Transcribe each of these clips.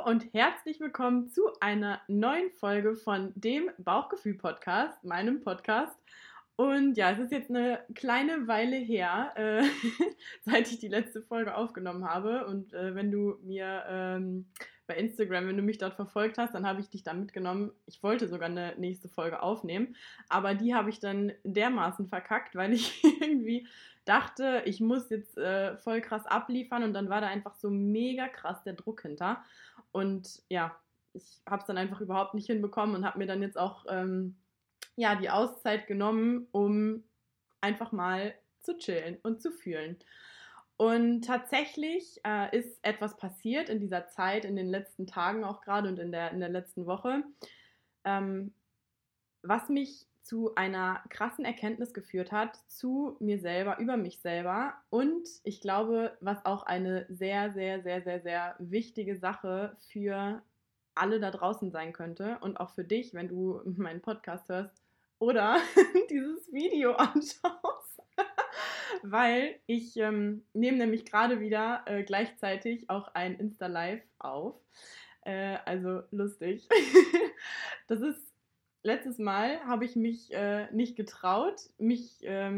und herzlich willkommen zu einer neuen Folge von dem Bauchgefühl-Podcast, meinem Podcast. Und ja, es ist jetzt eine kleine Weile her, seit ich die letzte Folge aufgenommen habe. Und wenn du mir bei Instagram, wenn du mich dort verfolgt hast, dann habe ich dich da mitgenommen. Ich wollte sogar eine nächste Folge aufnehmen, aber die habe ich dann dermaßen verkackt, weil ich irgendwie dachte, ich muss jetzt voll krass abliefern und dann war da einfach so mega krass der Druck hinter. Und ja, ich habe es dann einfach überhaupt nicht hinbekommen und habe mir dann jetzt auch ja, die Auszeit genommen, um einfach mal zu chillen und zu fühlen. Und tatsächlich ist etwas passiert in dieser Zeit, in den letzten Tagen auch gerade und in der letzten Woche, ähm, was mich zu einer krassen Erkenntnis geführt hat, zu mir selber, über mich selber und ich glaube, was auch eine sehr, sehr, sehr, sehr, sehr wichtige Sache für alle da draußen sein könnte und auch für dich, wenn du meinen Podcast hörst oder dieses Video anschaust, weil ich nehme nämlich gerade wieder gleichzeitig auch ein Insta-Live auf. Also lustig. Das ist letztes Mal habe ich mich nicht getraut, mich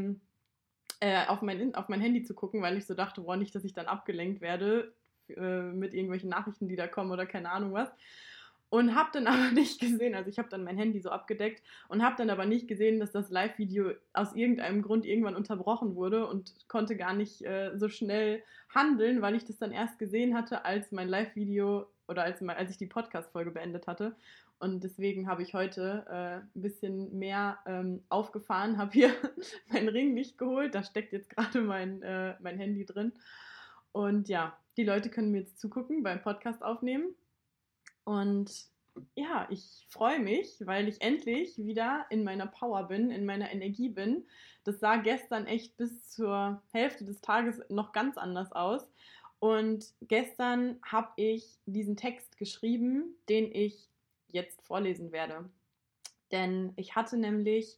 auf mein Handy zu gucken, weil ich so dachte, boah, nicht, dass ich dann abgelenkt werde mit irgendwelchen Nachrichten, die da kommen oder keine Ahnung was. Und habe dann aber nicht gesehen, also ich habe dann mein Handy so abgedeckt und habe dann aber nicht gesehen, dass das Live-Video aus irgendeinem Grund irgendwann unterbrochen wurde und konnte gar nicht so schnell handeln, weil ich das dann erst gesehen hatte, als mein Live-Video oder als ich die Podcast-Folge beendet hatte. Und deswegen habe ich heute ein bisschen mehr aufgefahren, habe hier mein Ringlicht geholt, da steckt jetzt gerade mein Handy drin. Und ja, die Leute können mir jetzt zugucken beim Podcast aufnehmen. Und ja, ich freue mich, weil ich endlich wieder in meiner Power bin, in meiner Energie bin. Das sah gestern echt bis zur Hälfte des Tages noch ganz anders aus. Und gestern habe ich diesen Text geschrieben, den ich jetzt vorlesen werde. Denn ich hatte nämlich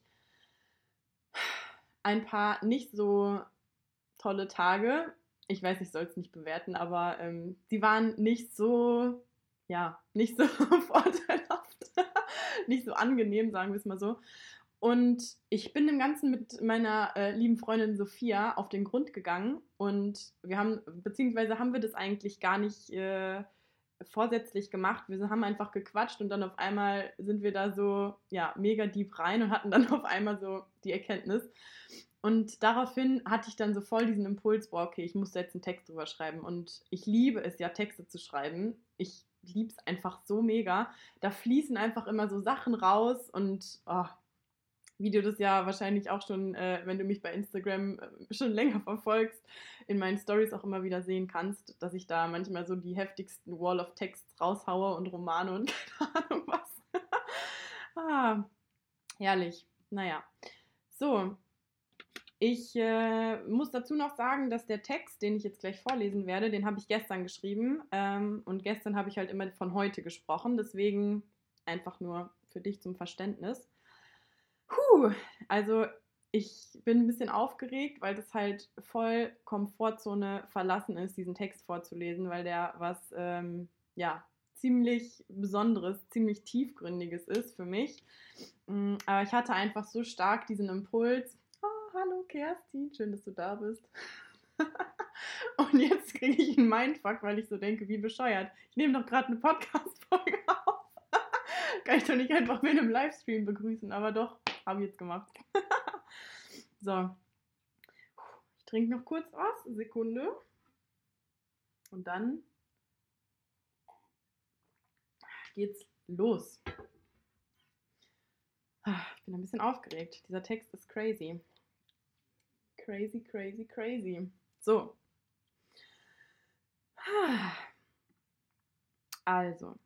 ein paar nicht so tolle Tage. Ich weiß, ich soll es nicht bewerten, aber die waren nicht so, ja, nicht so vorteilhaft, nicht so angenehm, sagen wir es mal so. Und ich bin dem Ganzen mit meiner lieben Freundin Sophia auf den Grund gegangen und beziehungsweise haben wir das eigentlich gar nicht vorsätzlich gemacht. Wir haben einfach gequatscht und dann auf einmal sind wir da so, ja, mega deep rein und hatten dann auf einmal so die Erkenntnis. Und daraufhin hatte ich dann so voll diesen Impuls, boah, okay, ich muss da jetzt einen Text drüber schreiben. Und ich liebe es ja, Texte zu schreiben. Ich liebe es einfach so mega. Da fließen einfach immer so Sachen raus und wie du das ja wahrscheinlich auch schon, wenn du mich bei Instagram schon länger verfolgst, in meinen Stories auch immer wieder sehen kannst, dass ich da manchmal so die heftigsten Wall of Texts raushaue und Romane und keine Ahnung was. Herrlich. Naja. So, ich muss dazu noch sagen, dass der Text, den ich jetzt gleich vorlesen werde, den habe ich gestern geschrieben. Und gestern habe ich halt immer von heute gesprochen. Deswegen einfach nur für dich zum Verständnis. Also ich bin ein bisschen aufgeregt, weil das halt voll Komfortzone verlassen ist, diesen Text vorzulesen, weil der was, ja, ziemlich Besonderes, ziemlich Tiefgründiges ist für mich. Aber ich hatte einfach so stark diesen Impuls. Oh, hallo Kerstin, schön, dass du da bist. Und jetzt kriege ich einen Mindfuck, weil ich so denke, wie bescheuert. Ich nehme doch gerade eine Podcast-Folge auf. Kann ich doch nicht einfach mit einem Livestream begrüßen, aber doch, habe ich jetzt gemacht. So. Ich trinke noch kurz was. Sekunde. Und dann geht's los. Ich bin ein bisschen aufgeregt. Dieser Text ist crazy. Crazy, crazy, crazy. So. Also.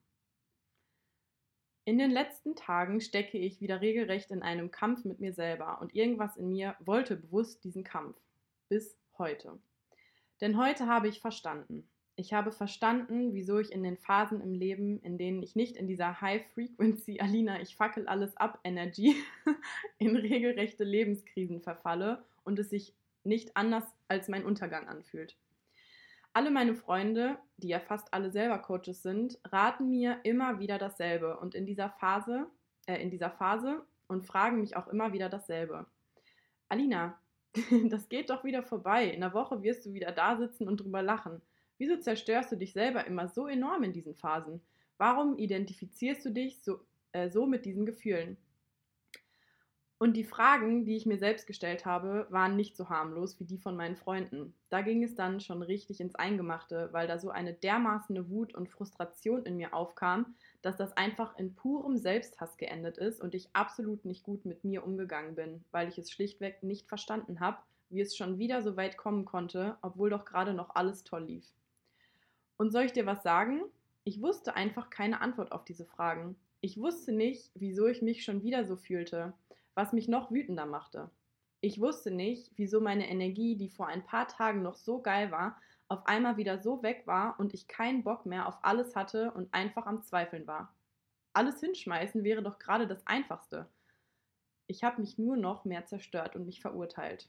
In den letzten Tagen stecke ich wieder regelrecht in einem Kampf mit mir selber und irgendwas in mir wollte bewusst diesen Kampf. Bis heute. Denn heute habe ich verstanden. Ich habe verstanden, wieso ich in den Phasen im Leben, in denen ich nicht in dieser High-Frequency, Alina, ich fackel alles ab, Energy, in regelrechte Lebenskrisen verfalle und es sich nicht anders als mein Untergang anfühlt. Alle meine Freunde, die ja fast alle selber Coaches sind, raten mir immer wieder dasselbe und in dieser Phase und fragen mich auch immer wieder dasselbe. Alina, das geht doch wieder vorbei. In einer Woche wirst du wieder da sitzen und drüber lachen. Wieso zerstörst du dich selber immer so enorm in diesen Phasen? Warum identifizierst du dich so mit diesen Gefühlen? Und die Fragen, die ich mir selbst gestellt habe, waren nicht so harmlos wie die von meinen Freunden. Da ging es dann schon richtig ins Eingemachte, weil da so eine dermaßene Wut und Frustration in mir aufkam, dass das einfach in purem Selbsthass geendet ist und ich absolut nicht gut mit mir umgegangen bin, weil ich es schlichtweg nicht verstanden habe, wie es schon wieder so weit kommen konnte, obwohl doch gerade noch alles toll lief. Und soll ich dir was sagen? Ich wusste einfach keine Antwort auf diese Fragen. Ich wusste nicht, wieso ich mich schon wieder so fühlte, was mich noch wütender machte. Ich wusste nicht, wieso meine Energie, die vor ein paar Tagen noch so geil war, auf einmal wieder so weg war und ich keinen Bock mehr auf alles hatte und einfach am Zweifeln war. Alles hinschmeißen wäre doch gerade das Einfachste. Ich habe mich nur noch mehr zerstört und mich verurteilt.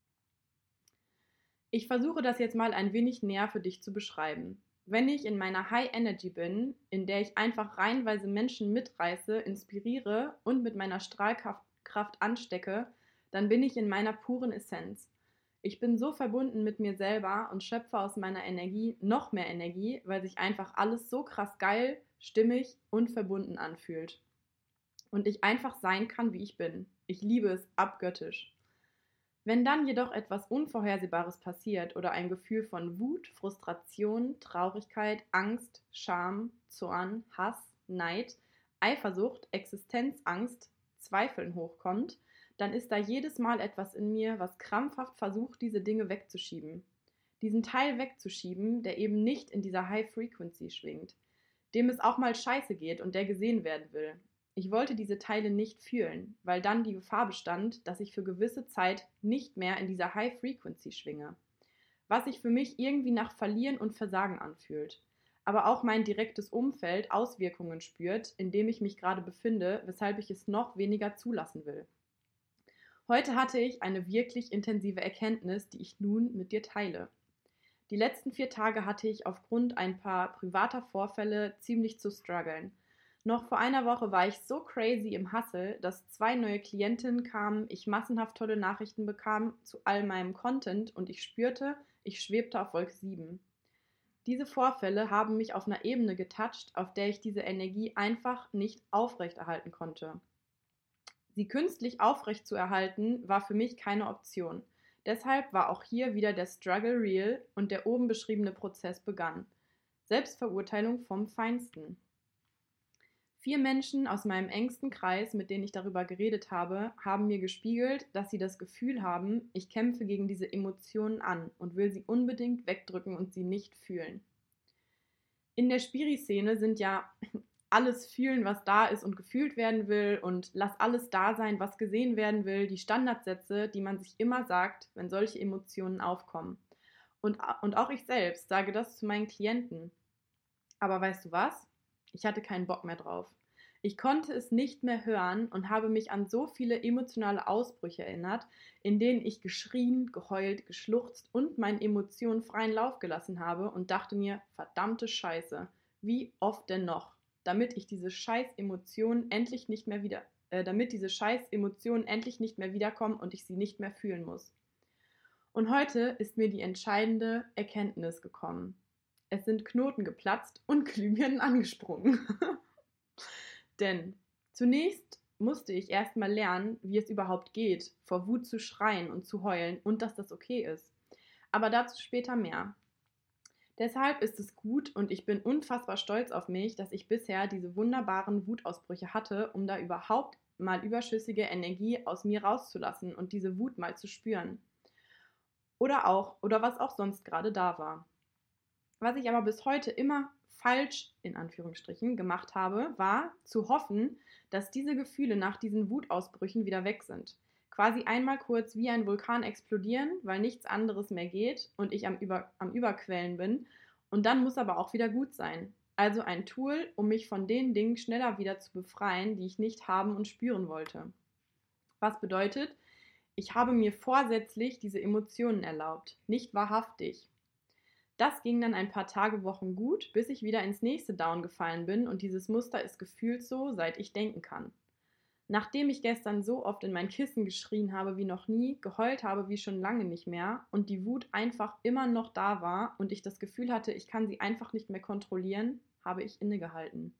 Ich versuche das jetzt mal ein wenig näher für dich zu beschreiben. Wenn ich in meiner High Energy bin, in der ich einfach reihenweise Menschen mitreiße, inspiriere und mit meiner Strahlkraft anstecke, dann bin ich in meiner puren Essenz. Ich bin so verbunden mit mir selber und schöpfe aus meiner Energie noch mehr Energie, weil sich einfach alles so krass geil, stimmig und verbunden anfühlt. Und ich einfach sein kann, wie ich bin. Ich liebe es abgöttisch. Wenn dann jedoch etwas Unvorhersehbares passiert oder ein Gefühl von Wut, Frustration, Traurigkeit, Angst, Scham, Zorn, Hass, Neid, Eifersucht, Existenzangst, Zweifeln hochkommt, dann ist da jedes Mal etwas in mir, was krampfhaft versucht, diese Dinge wegzuschieben. Diesen Teil wegzuschieben, der eben nicht in dieser High Frequency schwingt, dem es auch mal scheiße geht und der gesehen werden will. Ich wollte diese Teile nicht fühlen, weil dann die Gefahr bestand, dass ich für gewisse Zeit nicht mehr in dieser High Frequency schwinge. Was sich für mich irgendwie nach Verlieren und Versagen anfühlt. Aber auch mein direktes Umfeld Auswirkungen spürt, in dem ich mich gerade befinde, weshalb ich es noch weniger zulassen will. Heute hatte ich eine wirklich intensive Erkenntnis, die ich nun mit dir teile. Die letzten 4 Tage hatte ich aufgrund ein paar privater Vorfälle ziemlich zu strugglen. Noch vor einer Woche war ich so crazy im Hustle, dass 2 neue Klientinnen kamen, ich massenhaft tolle Nachrichten bekam zu all meinem Content und ich spürte, ich schwebte auf Wolke 7. Diese Vorfälle haben mich auf einer Ebene getoucht, auf der ich diese Energie einfach nicht aufrechterhalten konnte. Sie künstlich aufrechtzuerhalten war für mich keine Option. Deshalb war auch hier wieder der Struggle real und der oben beschriebene Prozess begann. Selbstverurteilung vom Feinsten. 4 Menschen aus meinem engsten Kreis, mit denen ich darüber geredet habe, haben mir gespiegelt, dass sie das Gefühl haben, ich kämpfe gegen diese Emotionen an und will sie unbedingt wegdrücken und sie nicht fühlen. In der Spiri-Szene sind ja alles fühlen, was da ist und gefühlt werden will und lass alles da sein, was gesehen werden will, die Standardsätze, die man sich immer sagt, wenn solche Emotionen aufkommen. Und auch ich selbst sage das zu meinen Klienten. Aber weißt du was? Ich hatte keinen Bock mehr drauf. Ich konnte es nicht mehr hören und habe mich an so viele emotionale Ausbrüche erinnert, in denen ich geschrien, geheult, geschluchzt und meinen Emotionen freien Lauf gelassen habe und dachte mir, verdammte Scheiße, wie oft denn noch, damit diese scheiß Emotionen endlich nicht mehr wiederkommen und ich sie nicht mehr fühlen muss. Und heute ist mir die entscheidende Erkenntnis gekommen. Es sind Knoten geplatzt und Glühbirnen angesprungen. Denn zunächst musste ich erstmal lernen, wie es überhaupt geht, vor Wut zu schreien und zu heulen und dass das okay ist. Aber dazu später mehr. Deshalb ist es gut und ich bin unfassbar stolz auf mich, dass ich bisher diese wunderbaren Wutausbrüche hatte, um da überhaupt mal überschüssige Energie aus mir rauszulassen und diese Wut mal zu spüren. Oder was auch sonst gerade da war. Was ich aber bis heute immer falsch, in Anführungsstrichen, gemacht habe, war zu hoffen, dass diese Gefühle nach diesen Wutausbrüchen wieder weg sind. Quasi einmal kurz wie ein Vulkan explodieren, weil nichts anderes mehr geht und ich am Überquellen bin. Und dann muss aber auch wieder gut sein. Also ein Tool, um mich von den Dingen schneller wieder zu befreien, die ich nicht haben und spüren wollte. Was bedeutet, ich habe mir vorsätzlich diese Emotionen erlaubt, nicht wahrhaftig. Das ging dann ein paar Tage, Wochen gut, bis ich wieder ins nächste Down gefallen bin und dieses Muster ist gefühlt so, seit ich denken kann. Nachdem ich gestern so oft in mein Kissen geschrien habe wie noch nie, geheult habe wie schon lange nicht mehr und die Wut einfach immer noch da war und ich das Gefühl hatte, ich kann sie einfach nicht mehr kontrollieren, habe ich innegehalten.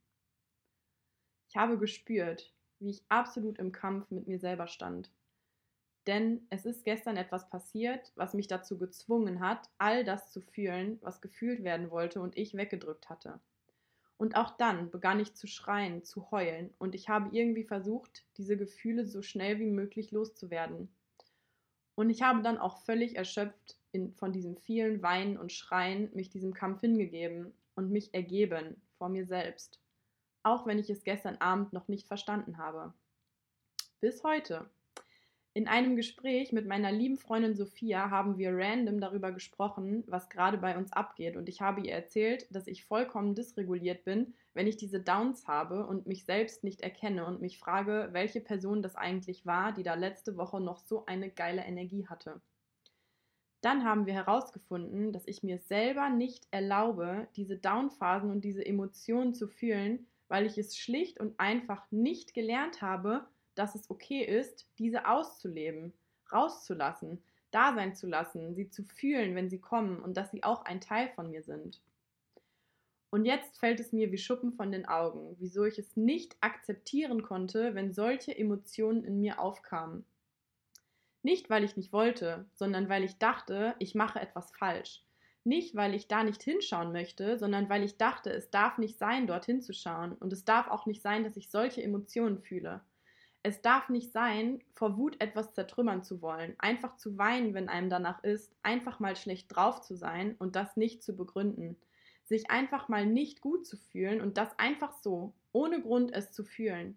Ich habe gespürt, wie ich absolut im Kampf mit mir selber stand. Denn es ist gestern etwas passiert, was mich dazu gezwungen hat, all das zu fühlen, was gefühlt werden wollte und ich weggedrückt hatte. Und auch dann begann ich zu schreien, zu heulen und ich habe irgendwie versucht, diese Gefühle so schnell wie möglich loszuwerden. Und ich habe dann auch völlig erschöpft von diesem vielen Weinen und Schreien mich diesem Kampf hingegeben und mich ergeben vor mir selbst. Auch wenn ich es gestern Abend noch nicht verstanden habe. Bis heute. In einem Gespräch mit meiner lieben Freundin Sophia haben wir random darüber gesprochen, was gerade bei uns abgeht und ich habe ihr erzählt, dass ich vollkommen dysreguliert bin, wenn ich diese Downs habe und mich selbst nicht erkenne und mich frage, welche Person das eigentlich war, die da letzte Woche noch so eine geile Energie hatte. Dann haben wir herausgefunden, dass ich mir selber nicht erlaube, diese Downphasen und diese Emotionen zu fühlen, weil ich es schlicht und einfach nicht gelernt habe, dass es okay ist, diese auszuleben, rauszulassen, da sein zu lassen, sie zu fühlen, wenn sie kommen und dass sie auch ein Teil von mir sind. Und jetzt fällt es mir wie Schuppen von den Augen, wieso ich es nicht akzeptieren konnte, wenn solche Emotionen in mir aufkamen. Nicht, weil ich nicht wollte, sondern weil ich dachte, ich mache etwas falsch. Nicht, weil ich da nicht hinschauen möchte, sondern weil ich dachte, es darf nicht sein, dorthin zu schauen. Und es darf auch nicht sein, dass ich solche Emotionen fühle. Es darf nicht sein, vor Wut etwas zertrümmern zu wollen, einfach zu weinen, wenn einem danach ist, einfach mal schlecht drauf zu sein und das nicht zu begründen. Sich einfach mal nicht gut zu fühlen und das einfach so, ohne Grund es zu fühlen.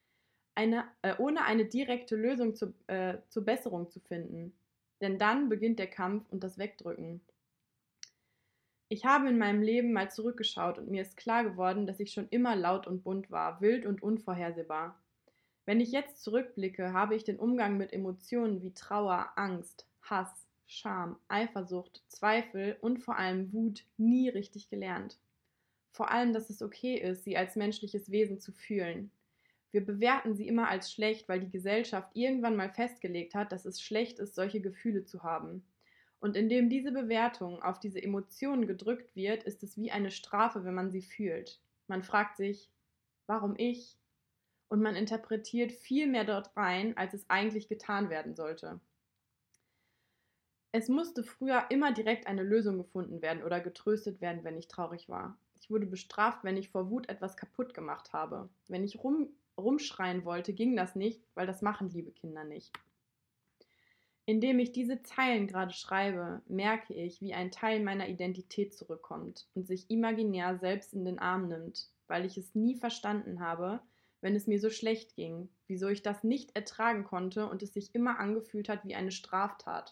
Ohne eine direkte Lösung zur Besserung zu finden. Denn dann beginnt der Kampf und das Wegdrücken. Ich habe in meinem Leben mal zurückgeschaut und mir ist klar geworden, dass ich schon immer laut und bunt war, wild und unvorhersehbar. Wenn ich jetzt zurückblicke, habe ich den Umgang mit Emotionen wie Trauer, Angst, Hass, Scham, Eifersucht, Zweifel und vor allem Wut nie richtig gelernt. Vor allem, dass es okay ist, sie als menschliches Wesen zu fühlen. Wir bewerten sie immer als schlecht, weil die Gesellschaft irgendwann mal festgelegt hat, dass es schlecht ist, solche Gefühle zu haben. Und indem diese Bewertung auf diese Emotionen gedrückt wird, ist es wie eine Strafe, wenn man sie fühlt. Man fragt sich, warum ich? Und man interpretiert viel mehr dort rein, als es eigentlich getan werden sollte. Es musste früher immer direkt eine Lösung gefunden werden oder getröstet werden, wenn ich traurig war. Ich wurde bestraft, wenn ich vor Wut etwas kaputt gemacht habe. Wenn ich rumschreien wollte, ging das nicht, weil das machen liebe Kinder nicht. Indem ich diese Zeilen gerade schreibe, merke ich, wie ein Teil meiner Identität zurückkommt und sich imaginär selbst in den Arm nimmt, weil ich es nie verstanden habe, wenn es mir so schlecht ging, wieso ich das nicht ertragen konnte und es sich immer angefühlt hat wie eine Straftat.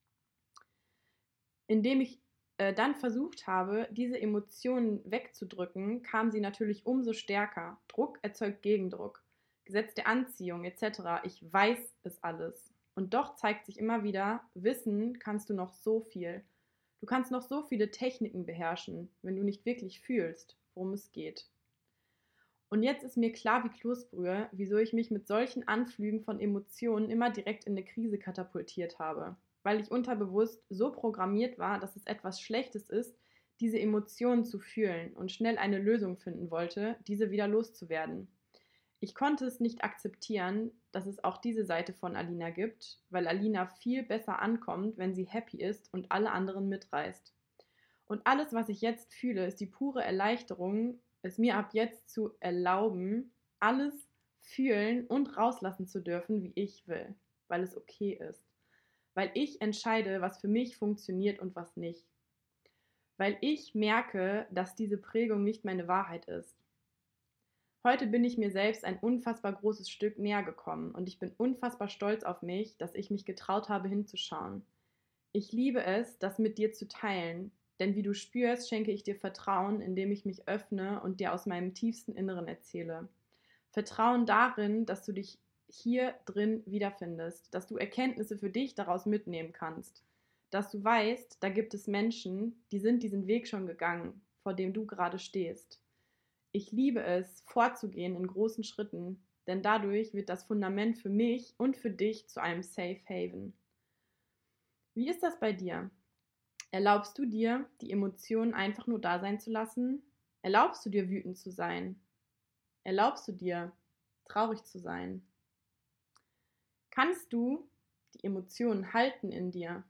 Indem ich dann versucht habe, diese Emotionen wegzudrücken, kam sie natürlich umso stärker. Druck erzeugt Gegendruck. Gesetz der Anziehung etc. Ich weiß es alles. Und doch zeigt sich immer wieder, wissen kannst du noch so viel. Du kannst noch so viele Techniken beherrschen, wenn du nicht wirklich fühlst, worum es geht. Und jetzt ist mir klar wie Kloßbrühe, wieso ich mich mit solchen Anflügen von Emotionen immer direkt in eine Krise katapultiert habe. Weil ich unterbewusst so programmiert war, dass es etwas Schlechtes ist, diese Emotionen zu fühlen und schnell eine Lösung finden wollte, diese wieder loszuwerden. Ich konnte es nicht akzeptieren, dass es auch diese Seite von Alina gibt, weil Alina viel besser ankommt, wenn sie happy ist und alle anderen mitreißt. Und alles, was ich jetzt fühle, ist die pure Erleichterung, es mir ab jetzt zu erlauben, alles fühlen und rauslassen zu dürfen, wie ich will, weil es okay ist. Weil ich entscheide, was für mich funktioniert und was nicht. Weil ich merke, dass diese Prägung nicht meine Wahrheit ist. Heute bin ich mir selbst ein unfassbar großes Stück näher gekommen und ich bin unfassbar stolz auf mich, dass ich mich getraut habe hinzuschauen. Ich liebe es, das mit dir zu teilen, denn wie du spürst, schenke ich dir Vertrauen, indem ich mich öffne und dir aus meinem tiefsten Inneren erzähle. Vertrauen darin, dass du dich hier drin wiederfindest, dass du Erkenntnisse für dich daraus mitnehmen kannst. dass du weißt, da gibt es Menschen, die sind diesen Weg schon gegangen, vor dem du gerade stehst. Ich liebe es, vorzugehen in großen Schritten, denn dadurch wird das Fundament für mich und für dich zu einem Safe Haven. Wie ist das bei dir? Erlaubst du dir, die Emotionen einfach nur da sein zu lassen? Erlaubst du dir, wütend zu sein? Erlaubst du dir, traurig zu sein? Kannst du die Emotionen halten in dir?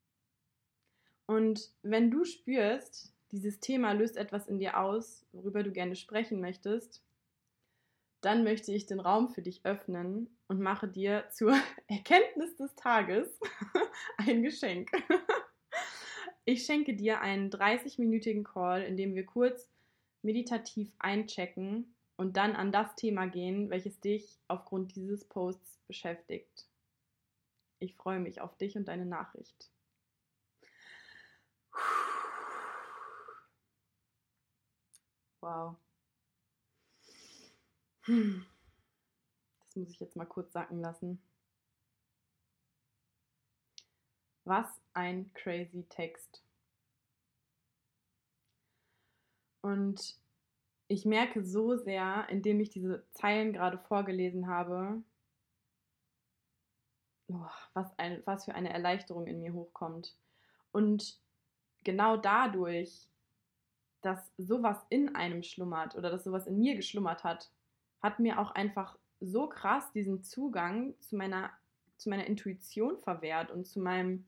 Und wenn du spürst, dieses Thema löst etwas in dir aus, worüber du gerne sprechen möchtest, dann möchte ich den Raum für dich öffnen und mache dir zur Erkenntnis des Tages ein Geschenk. Ich schenke dir einen 30-minütigen Call, in dem wir kurz meditativ einchecken und dann an das Thema gehen, welches dich aufgrund dieses Posts beschäftigt. Ich freue mich auf dich und deine Nachricht. Wow. Das muss ich jetzt mal kurz sacken lassen. Was ein crazy Text. Und ich merke so sehr, indem ich diese Zeilen gerade vorgelesen habe, was für eine Erleichterung in mir hochkommt. Und genau dadurch, dass sowas in einem schlummert oder dass sowas in mir geschlummert hat, hat mir auch einfach so krass diesen Zugang zu meiner Intuition verwehrt und zu meinem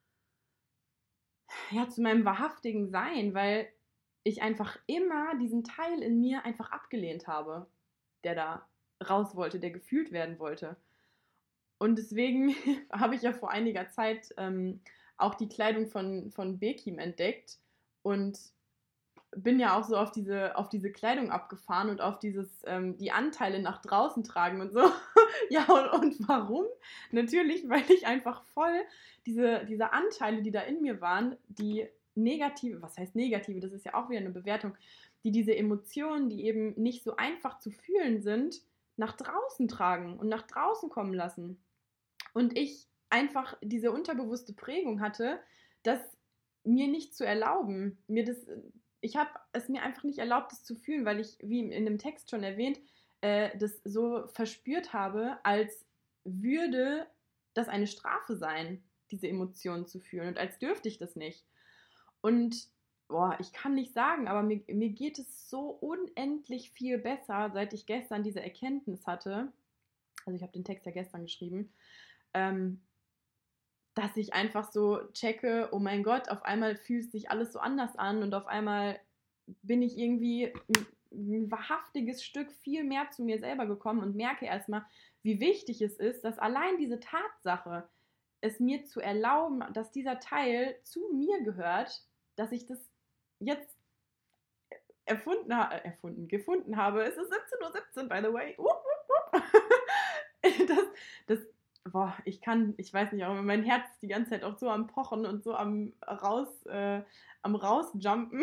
wahrhaftigen Sein, weil ich einfach immer diesen Teil in mir einfach abgelehnt habe, der da raus wollte, der gefühlt werden wollte. Und deswegen habe ich ja vor einiger Zeit auch die Kleidung von Bekim entdeckt und bin ja auch so auf diese Kleidung abgefahren und auf die Anteile nach draußen tragen und so. Ja, und warum? Natürlich, weil ich einfach voll diese Anteile, die da in mir waren, die negative, was heißt negative, das ist ja auch wieder eine Bewertung, die diese Emotionen, die eben nicht so einfach zu fühlen sind, nach draußen tragen und nach draußen kommen lassen. Und ich einfach diese unterbewusste Prägung hatte, das mir nicht zu erlauben, ich habe es mir einfach nicht erlaubt, das zu fühlen, weil ich, wie in dem Text schon erwähnt, das so verspürt habe, als würde das eine Strafe sein, diese Emotionen zu fühlen und als dürfte ich das nicht. Und ich kann nicht sagen, aber mir geht es so unendlich viel besser, seit ich gestern diese Erkenntnis hatte. Also ich habe den Text ja gestern geschrieben, dass ich einfach so checke, oh mein Gott, auf einmal fühlt sich alles so anders an und auf einmal bin ich irgendwie ein wahrhaftiges Stück viel mehr zu mir selber gekommen und merke erstmal, wie wichtig es ist, dass allein diese Tatsache, es mir zu erlauben, dass dieser Teil zu mir gehört, dass ich das jetzt gefunden habe. Es ist 17:17 Uhr, by the way. Ich weiß nicht, aber mein Herz ist die ganze Zeit auch so am Pochen und so am Rausjumpen.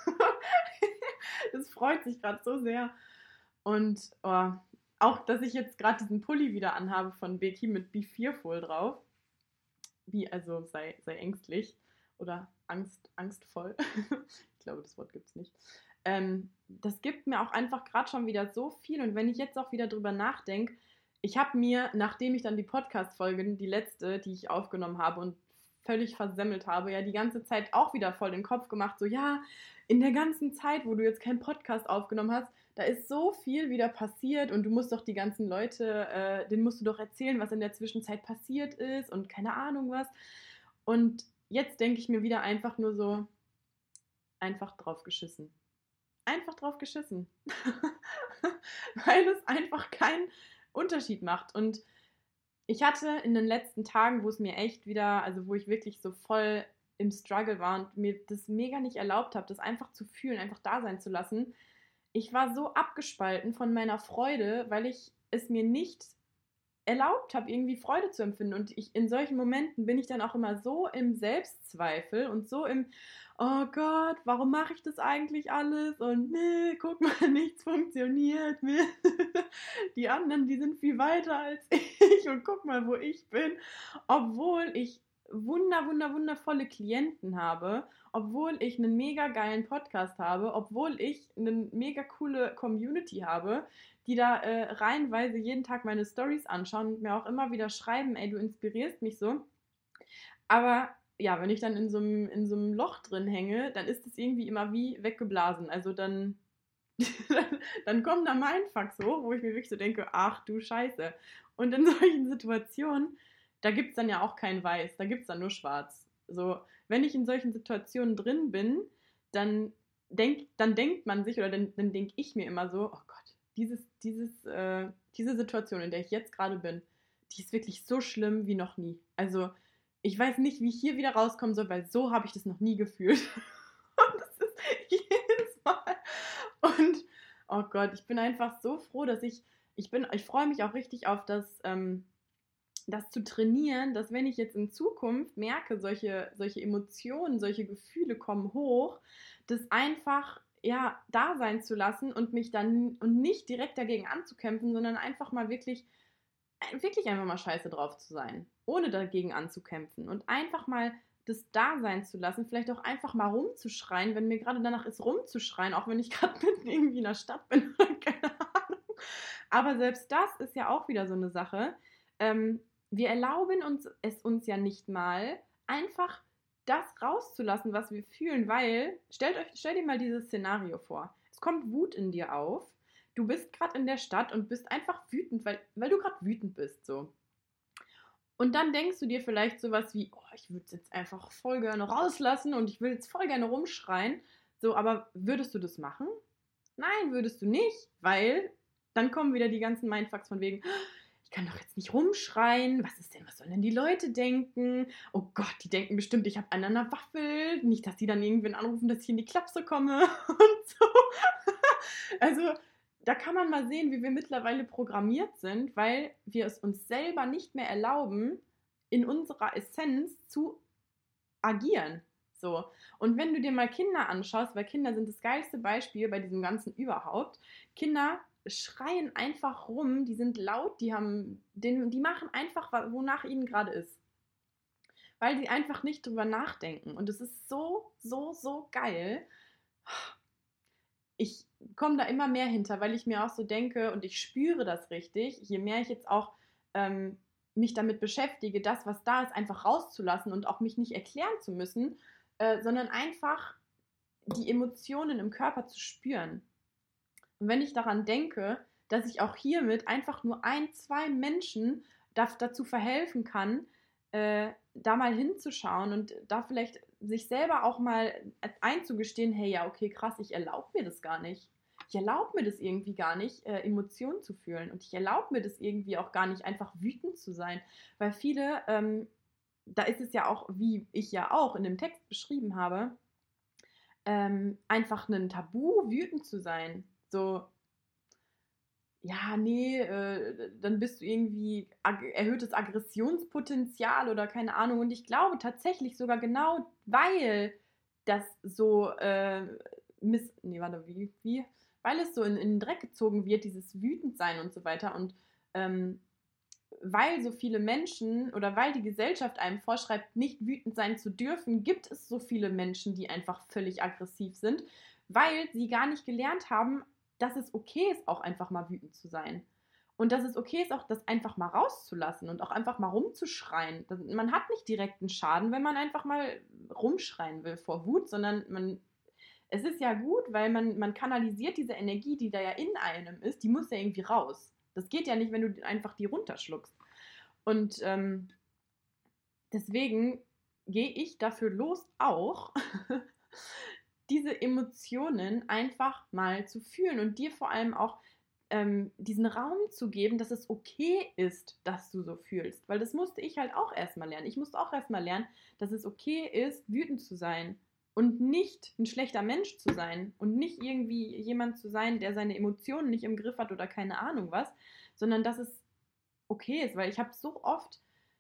Das freut sich gerade so sehr. Und auch, dass ich jetzt gerade diesen Pulli wieder anhabe von Becky mit Be Fearful drauf. Also sei ängstlich oder angstvoll. Ich glaube, das Wort gibt es nicht. Das gibt mir auch einfach gerade schon wieder so viel. Und wenn ich jetzt auch wieder drüber nachdenke, ich habe mir, nachdem ich dann die Podcast-Folge, die letzte, die ich aufgenommen habe und völlig versemmelt habe, ja die ganze Zeit auch wieder voll den Kopf gemacht, so ja, in der ganzen Zeit, wo du jetzt keinen Podcast aufgenommen hast, da ist so viel wieder passiert und du musst doch die ganzen Leute, denen musst du doch erzählen, was in der Zwischenzeit passiert ist und keine Ahnung was. Und jetzt denke ich mir wieder einfach nur so, einfach drauf geschissen. Einfach drauf geschissen. Weil es einfach keinen Unterschied macht. Und ich hatte in den letzten Tagen, wo es mir echt wieder, also wo ich wirklich so voll im Struggle war und mir das mega nicht erlaubt habe, das einfach zu fühlen, einfach da sein zu lassen. Ich war so abgespalten von meiner Freude, weil ich es mir nicht erlaubt habe, irgendwie Freude zu empfinden. Und in solchen Momenten bin ich dann auch immer so im Selbstzweifel und so im, oh Gott, warum mache ich das eigentlich alles? Und nee, guck mal, nichts funktioniert. Die anderen, die sind viel weiter als ich und guck mal, wo ich bin. Obwohl ich wundervolle Klienten habe, obwohl ich einen mega geilen Podcast habe, obwohl ich eine mega coole Community habe, die da reihenweise jeden Tag meine Stories anschauen und mir auch immer wieder schreiben, ey, du inspirierst mich so. Aber ja, wenn ich dann in so einem Loch drin hänge, dann ist es irgendwie immer wie weggeblasen. Also dann kommt da mein Fax hoch, wo ich mir wirklich so denke, ach du Scheiße. Und in solchen Situationen, da gibt es dann ja auch kein Weiß, da gibt es dann nur Schwarz. So, wenn ich in solchen Situationen drin bin, dann denkt man sich, oder dann denke ich mir immer so, oh Gott, diese Situation, in der ich jetzt gerade bin, die ist wirklich so schlimm wie noch nie. Also, ich weiß nicht, wie ich hier wieder rauskommen soll, weil so habe ich das noch nie gefühlt. Und das ist jedes Mal. Und oh Gott, ich bin einfach so froh, dass ich freue mich auch richtig auf das zu trainieren, dass wenn ich jetzt in Zukunft merke, solche Emotionen, solche Gefühle kommen hoch, das einfach ja da sein zu lassen und mich dann und nicht direkt dagegen anzukämpfen, sondern einfach mal wirklich einfach mal scheiße drauf zu sein, ohne dagegen anzukämpfen und einfach mal das da sein zu lassen, vielleicht auch einfach mal rumzuschreien, wenn mir gerade danach ist, rumzuschreien, auch wenn ich gerade mitten irgendwie in der Stadt bin oder keine Ahnung. Aber selbst das ist ja auch wieder so eine Sache. Wir erlauben uns ja nicht mal, einfach das rauszulassen, was wir fühlen, weil, stell dir mal dieses Szenario vor. Es kommt Wut in dir auf. Du bist gerade in der Stadt und bist einfach wütend, weil du gerade wütend bist, so. Und dann denkst du dir vielleicht sowas wie, oh, ich würde es jetzt einfach voll gerne rauslassen und ich will jetzt voll gerne rumschreien. So, aber würdest du das machen? Nein, würdest du nicht, weil dann kommen wieder die ganzen Mindfucks von wegen, ich kann doch jetzt nicht rumschreien. Was sollen denn die Leute denken? Oh Gott, die denken bestimmt, ich habe einen an der Waffel. Nicht, dass die dann irgendwen anrufen, dass ich in die Klapse komme und so. Also, da kann man mal sehen, wie wir mittlerweile programmiert sind, weil wir es uns selber nicht mehr erlauben, in unserer Essenz zu agieren. So. Und wenn du dir mal Kinder anschaust, weil Kinder sind das geilste Beispiel bei diesem Ganzen überhaupt. Kinder schreien einfach rum, die sind laut, die machen einfach, wonach ihnen gerade ist. Weil sie einfach nicht drüber nachdenken. Und es ist so geil. Ich komme da immer mehr hinter, weil ich mir auch so denke und ich spüre das richtig, je mehr ich jetzt auch mich damit beschäftige, das, was da ist, einfach rauszulassen und auch mich nicht erklären zu müssen, sondern einfach die Emotionen im Körper zu spüren. Und wenn ich daran denke, dass ich auch hiermit einfach nur 2 Menschen dazu verhelfen kann, da mal hinzuschauen und da vielleicht sich selber auch mal einzugestehen, hey, ja, okay, krass, ich erlaube mir das gar nicht. Ich erlaube mir das irgendwie gar nicht, Emotionen zu fühlen. Und ich erlaube mir das irgendwie auch gar nicht, einfach wütend zu sein. Weil viele, da ist es ja auch, wie ich ja auch in dem Text beschrieben habe, einfach ein Tabu, wütend zu sein. So, ja, nee, dann bist du irgendwie erhöhtes Aggressionspotenzial oder keine Ahnung. Und ich glaube tatsächlich sogar genau, weil das so nee, warte, wie? Weil es so in den Dreck gezogen wird, dieses Wütendsein und so weiter. Und weil so viele Menschen oder weil die Gesellschaft einem vorschreibt, nicht wütend sein zu dürfen, gibt es so viele Menschen, die einfach völlig aggressiv sind, weil sie gar nicht gelernt haben, dass es okay ist, auch einfach mal wütend zu sein. Und dass es okay ist, auch das einfach mal rauszulassen und auch einfach mal rumzuschreien. Man hat nicht direkt einen Schaden, wenn man einfach mal rumschreien will vor Wut, sondern es ist ja gut, weil man kanalisiert diese Energie, die da ja in einem ist, die muss ja irgendwie raus. Das geht ja nicht, wenn du einfach die runterschluckst. Und deswegen gehe ich dafür los auch, diese Emotionen einfach mal zu fühlen und dir vor allem auch diesen Raum zu geben, dass es okay ist, dass du so fühlst. Weil das musste ich halt auch erstmal lernen. Ich musste auch erstmal lernen, dass es okay ist, wütend zu sein und nicht ein schlechter Mensch zu sein und nicht irgendwie jemand zu sein, der seine Emotionen nicht im Griff hat oder keine Ahnung was, sondern dass es okay ist, weil ich habe so oft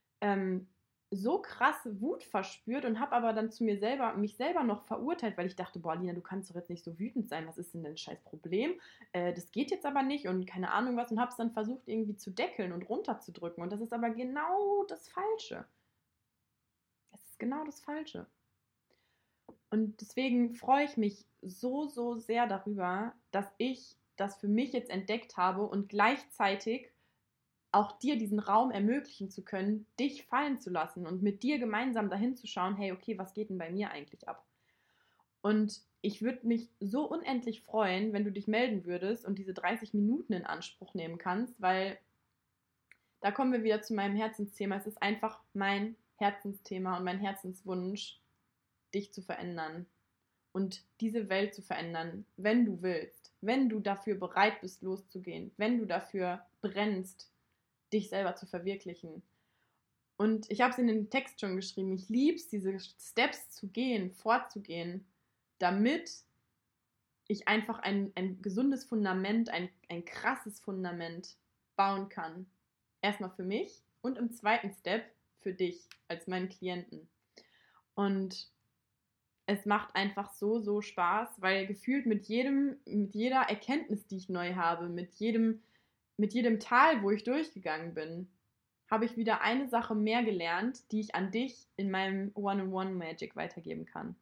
so krasse Wut verspürt und habe aber dann mich selber noch verurteilt, weil ich dachte, boah, Lina, du kannst doch jetzt nicht so wütend sein, was ist denn dein scheiß Problem? Das geht jetzt aber nicht und keine Ahnung was und habe es dann versucht irgendwie zu deckeln und runterzudrücken und das ist aber genau das Falsche. genau das Falsche. Und deswegen freue ich mich so, so sehr darüber, dass ich das für mich jetzt entdeckt habe und gleichzeitig auch dir diesen Raum ermöglichen zu können, dich fallen zu lassen und mit dir gemeinsam dahin zu schauen, hey, okay, was geht denn bei mir eigentlich ab? Und ich würde mich so unendlich freuen, wenn du dich melden würdest und diese 30 Minuten in Anspruch nehmen kannst, weil da kommen wir wieder zu meinem Herzensthema. Es ist einfach mein Herzensthema und mein Herzenswunsch, dich zu verändern und diese Welt zu verändern, wenn du willst, wenn du dafür bereit bist, loszugehen, wenn du dafür brennst, dich selber zu verwirklichen. Und ich habe es in den Text schon geschrieben, ich liebe es, diese Steps zu gehen, vorzugehen, damit ich einfach ein gesundes Fundament, ein krasses Fundament bauen kann. Erstmal für mich und im zweiten Step für dich als meinen Klienten. Und es macht einfach so, so Spaß, weil gefühlt mit jeder Erkenntnis, die ich neu habe, mit jedem Tal, wo ich durchgegangen bin, habe ich wieder eine Sache mehr gelernt, die ich an dich in meinem One-on-One-Magic weitergeben kann.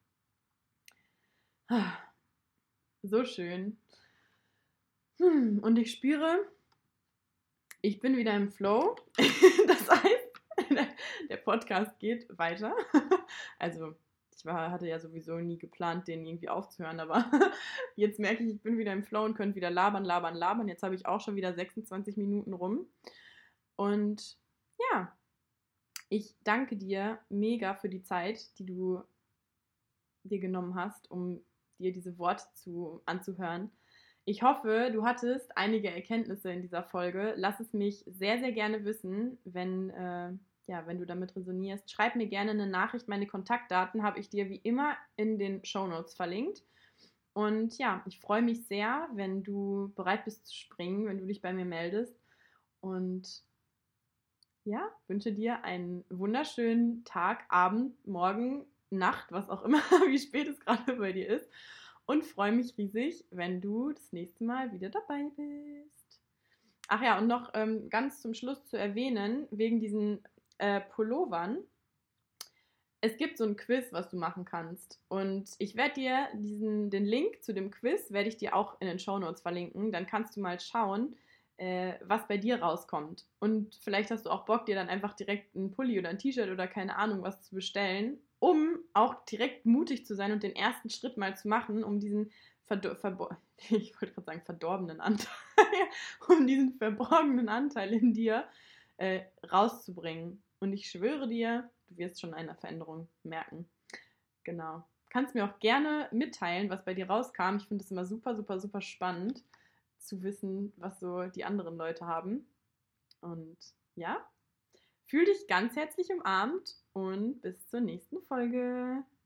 So schön. Und ich spüre, ich bin wieder im Flow. Das heißt, der Podcast geht weiter. Also, ich hatte ja sowieso nie geplant, den irgendwie aufzuhören, aber jetzt merke ich bin wieder im Flow und könnte wieder labern. Jetzt habe ich auch schon wieder 26 Minuten rum. Und ja, ich danke dir mega für die Zeit, die du dir genommen hast, um dir diese Worte anzuhören. Ich hoffe, du hattest einige Erkenntnisse in dieser Folge. Lass es mich sehr, sehr gerne wissen, wenn du damit resonierst. Schreib mir gerne eine Nachricht. Meine Kontaktdaten habe ich dir wie immer in den Shownotes verlinkt. Und ja, ich freue mich sehr, wenn du bereit bist zu springen, wenn du dich bei mir meldest. Und ja, wünsche dir einen wunderschönen Tag, Abend, Morgen, Nacht, was auch immer, wie spät es gerade bei dir ist. Und freue mich riesig, wenn du das nächste Mal wieder dabei bist. Ach ja, und noch ganz zum Schluss zu erwähnen, wegen diesen Pullovern. Es gibt so ein Quiz, was du machen kannst. Und ich werde dir den Link zu dem Quiz, werde ich dir auch in den Shownotes verlinken. Dann kannst du mal schauen, was bei dir rauskommt. Und vielleicht hast du auch Bock, dir dann einfach direkt einen Pulli oder ein T-Shirt oder keine Ahnung was zu bestellen, um auch direkt mutig zu sein und den ersten Schritt mal zu machen, um diesen verdorbenen Anteil, um diesen verborgenen Anteil in dir rauszubringen. Und ich schwöre dir, du wirst schon eine Veränderung merken. Genau. Kannst mir auch gerne mitteilen, was bei dir rauskam. Ich finde es immer super, super, super spannend zu wissen, was so die anderen Leute haben. Und ja, fühl dich ganz herzlich umarmt und bis zur nächsten Folge.